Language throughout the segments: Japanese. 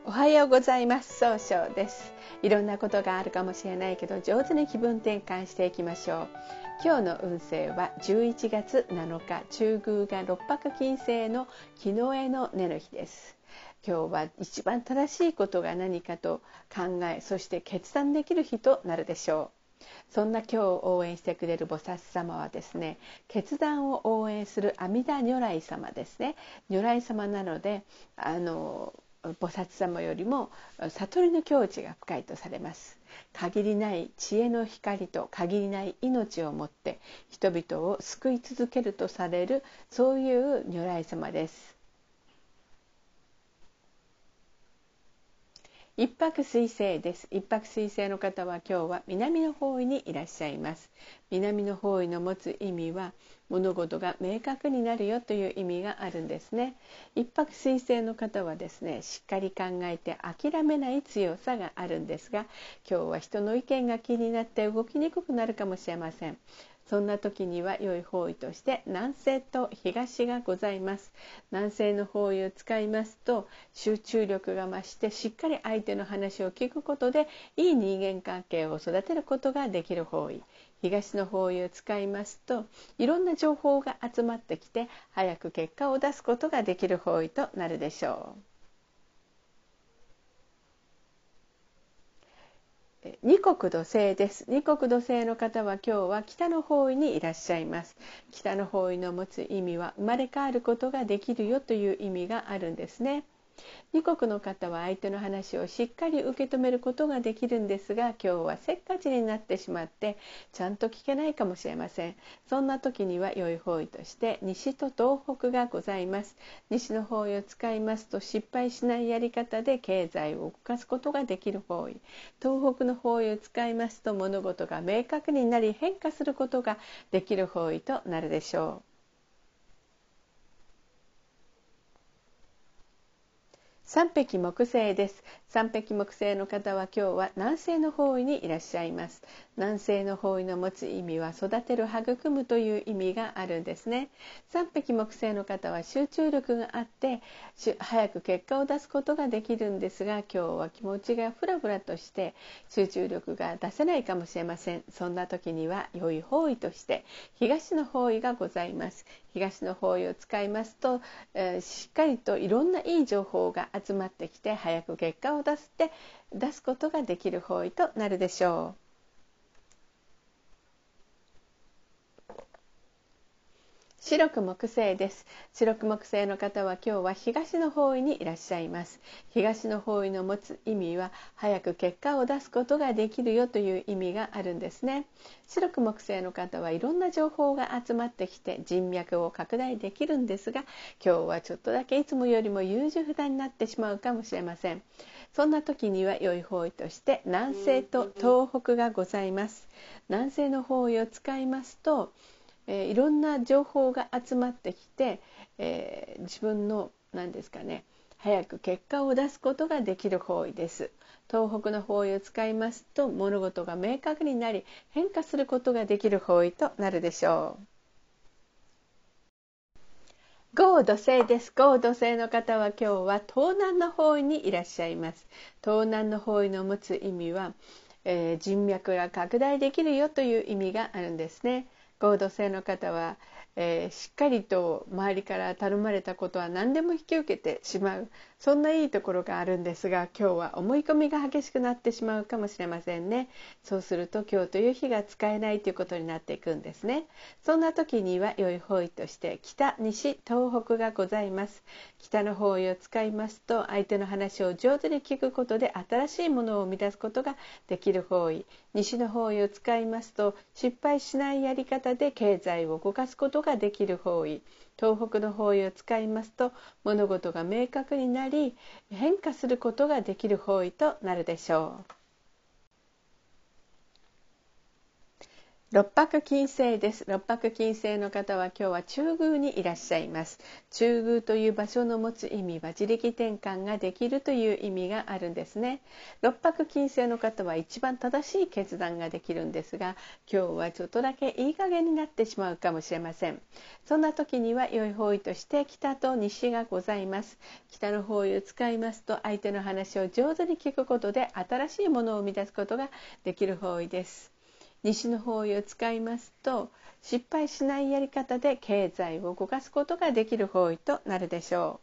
おはようございます。総称です。いろんなことがあるかもしれないけど、上手に気分転換していきましょう。今日の運勢は11月7日、中宮が六白金星の木の絵の根の日です。今日は一番正しいことが何かと考え、そして決断できる日となるでしょう。そんな今日を応援してくれる菩薩様はですね、決断を応援する阿弥陀如来様ですね。如来様なので、菩薩様よりも悟りの境地が深いとされます。限りない知恵の光と限りない命をもって人々を救い続けるとされる、そういう如来様です。一泊水星です。一泊水星の方は今日は南の方位にいらっしゃいます。南の方位の持つ意味は、物事が明確になるよという意味があるんですね。一泊水星の方はですね、しっかり考えて諦めない強さがあるんですが、今日は人の意見が気になって動きにくくなるかもしれません。そんな時には良い方位として南西と東がございます。南西の方位を使いますと、集中力が増してしっかり相手の話を聞くことでいい人間関係を育てることができる方位。東の方位を使いますと、いろんな情報が集まってきて早く結果を出すことができる方位となるでしょう。二国土星です。二国土星の方は今日は北の方位にいらっしゃいます。北の方位の持つ意味は、生まれ変わることができるよという意味があるんですね。二国の方は相手の話をしっかり受け止めることができるんですが、今日はせっかちになってしまってちゃんと聞けないかもしれません。そんな時には良い方位として西と東北がございます。西の方位を使いますと、失敗しないやり方で経済を動かすことができる方位。東北の方位を使いますと、物事が明確になり変化することができる方位となるでしょう。三匹木星です。三匹木星の方は今日は南西の方位にいらっしゃいます。南西の方位の持つ意味は、育てる、育むという意味があるんですね。三匹木星の方は集中力があって早く結果を出すことができるんですが、今日は気持ちがフラフラとして集中力が出せないかもしれません。そんな時には良い方位として東の方位がございます。東の方位を使いますと、しっかりといろんないい情報が集まってきて早く結果を出すことができる方位となるでしょう。白く木星です。白く木星の方は今日は東の方位にいらっしゃいます。東の方位の持つ意味は、早く結果を出すことができるよという意味があるんですね。白く木星の方はいろんな情報が集まってきて人脈を拡大できるんですが、今日はちょっとだけいつもよりも優柔不断になってしまうかもしれません。そんな時には良い方位として南西と東北がございます。南西の方位を使いますと、いろんな情報が集まってきて、自分の何ですかね、早く結果を出すことができる方位です。東北の方位を使いますと、物事が明確になり変化することができる方位となるでしょう。合土星です。合土星の方は今日は東南の方位にいらっしゃいます。東南の方位の持つ意味は、人脈が拡大できるよという意味があるんですね。合土星の方は、しっかりと周りから頼まれたことは何でも引き受けてしまう、そんないいところがあるんですが、今日は思い込みが激しくなってしまうかもしれませんね。そうすると今日という日が使えないということになっていくんですね。そんな時には良い方位として北、西、東北がございます。北の方位を使いますと、相手の話を上手に聞くことで新しいものを生み出すことができる方位。西の方位を使いますと、失敗しないやり方で経済を動かすことができる方位。東北の方位を使いますと、物事が明確になり変化することができる方位となるでしょう。 六白金星です。六白金星の方は今日は中宮にいらっしゃいます。中宮という場所の持つ意味は自力転換ができるという意味があるんですね。六白金星の方は一番正しい決断ができるんですが、今日はちょっとだけいい加減になってしまうかもしれません。そんな時には良い方位として北と西がございます。北の方位を使いますと、相手の話を上手に聞くことで新しいものを生み出すことができる方位です。西の方位を使いますと、失敗しないやり方で経済を動かすことができる方位となるでしょう。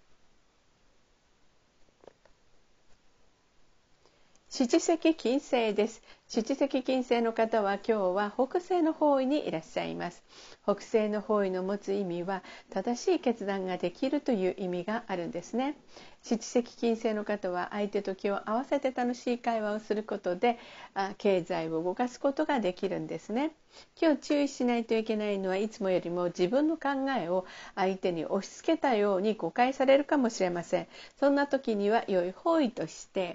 七石金星です。七石金星の方は今日は北西の方位にいらっしゃいます。北西の方位の持つ意味は正しい決断ができるという意味があるんですね。七石金星の方は相手と気を合わせて楽しい会話をすることで経済を動かすことができるんですね。今日注意しないといけないのは、いつもよりも自分の考えを相手に押し付けたように誤解されるかもしれません。そんな時には良い方位として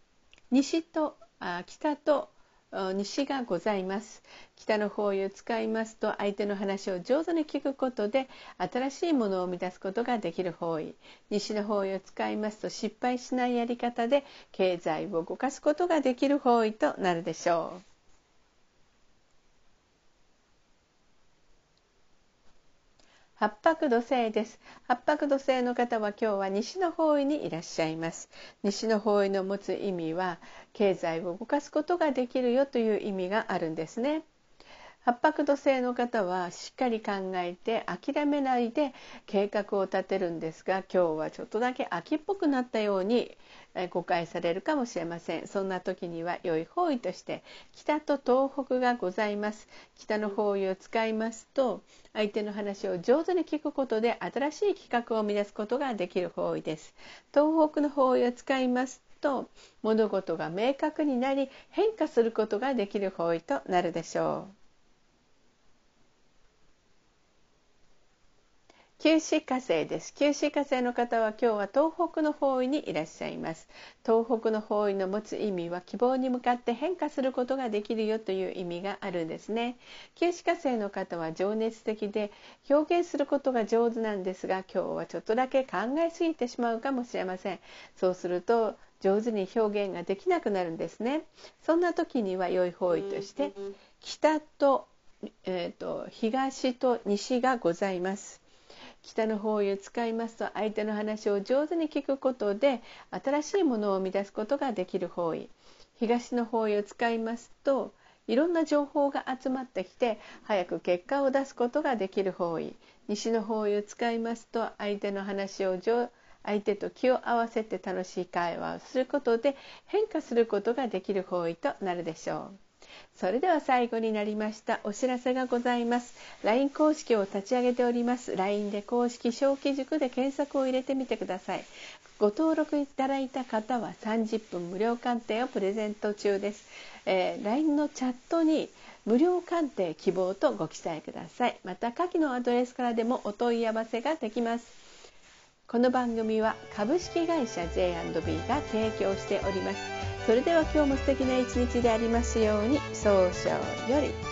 北と西がございます。北の方位を使いますと、相手の話を上手に聞くことで新しいものを生み出すことができる方位。西の方位を使いますと、失敗しないやり方で経済を動かすことができる方位となるでしょう。八白土星です。八白土星の方は今日は西の方位にいらっしゃいます。西の方位の持つ意味は経済を動かすことができるよという意味があるんですね。八白土星の方はしっかり考えて諦めないで計画を立てるんですが、今日はちょっとだけ秋っぽくなったように誤解されるかもしれません。そんな時には良い方位として北と東北がございます。北の方位を使いますと、相手の話を上手に聞くことで新しい企画を生み出すことができる方位です。東北の方位を使いますと、物事が明確になり変化することができる方位となるでしょう。九死火星です。九死火星の方は今日は東北の方位にいらっしゃいます。東北の方位の持つ意味は希望に向かって変化することができるよという意味があるんですね。九死火星の方は情熱的で表現することが上手なんですが、今日はちょっとだけ考えすぎてしまうかもしれません。そうすると上手に表現ができなくなるんですね。そんな時には良い方位として北と、東と西がございます。北の方位を使いますと、相手の話を上手に聞くことで新しいものを生み出すことができる方位。東の方位を使いますと、いろんな情報が集まってきて早く結果を出すことができる方位。西の方位を使いますと、相手の話を相手と気を合わせて楽しい会話をすることで変化することができる方位となるでしょう。それでは最後になりました。お知らせがございます。 LINE 公式を立ち上げております。 LINE で公式小規塾で検索を入れてみてください。ご登録いただいた方は30分無料鑑定をプレゼント中です。LINE のチャットに無料鑑定希望とご記載ください。また下記のアドレスからでもお問い合わせができます。この番組は株式会社 J&B が提供しております。それでは今日も素敵な一日でありますように。早々より。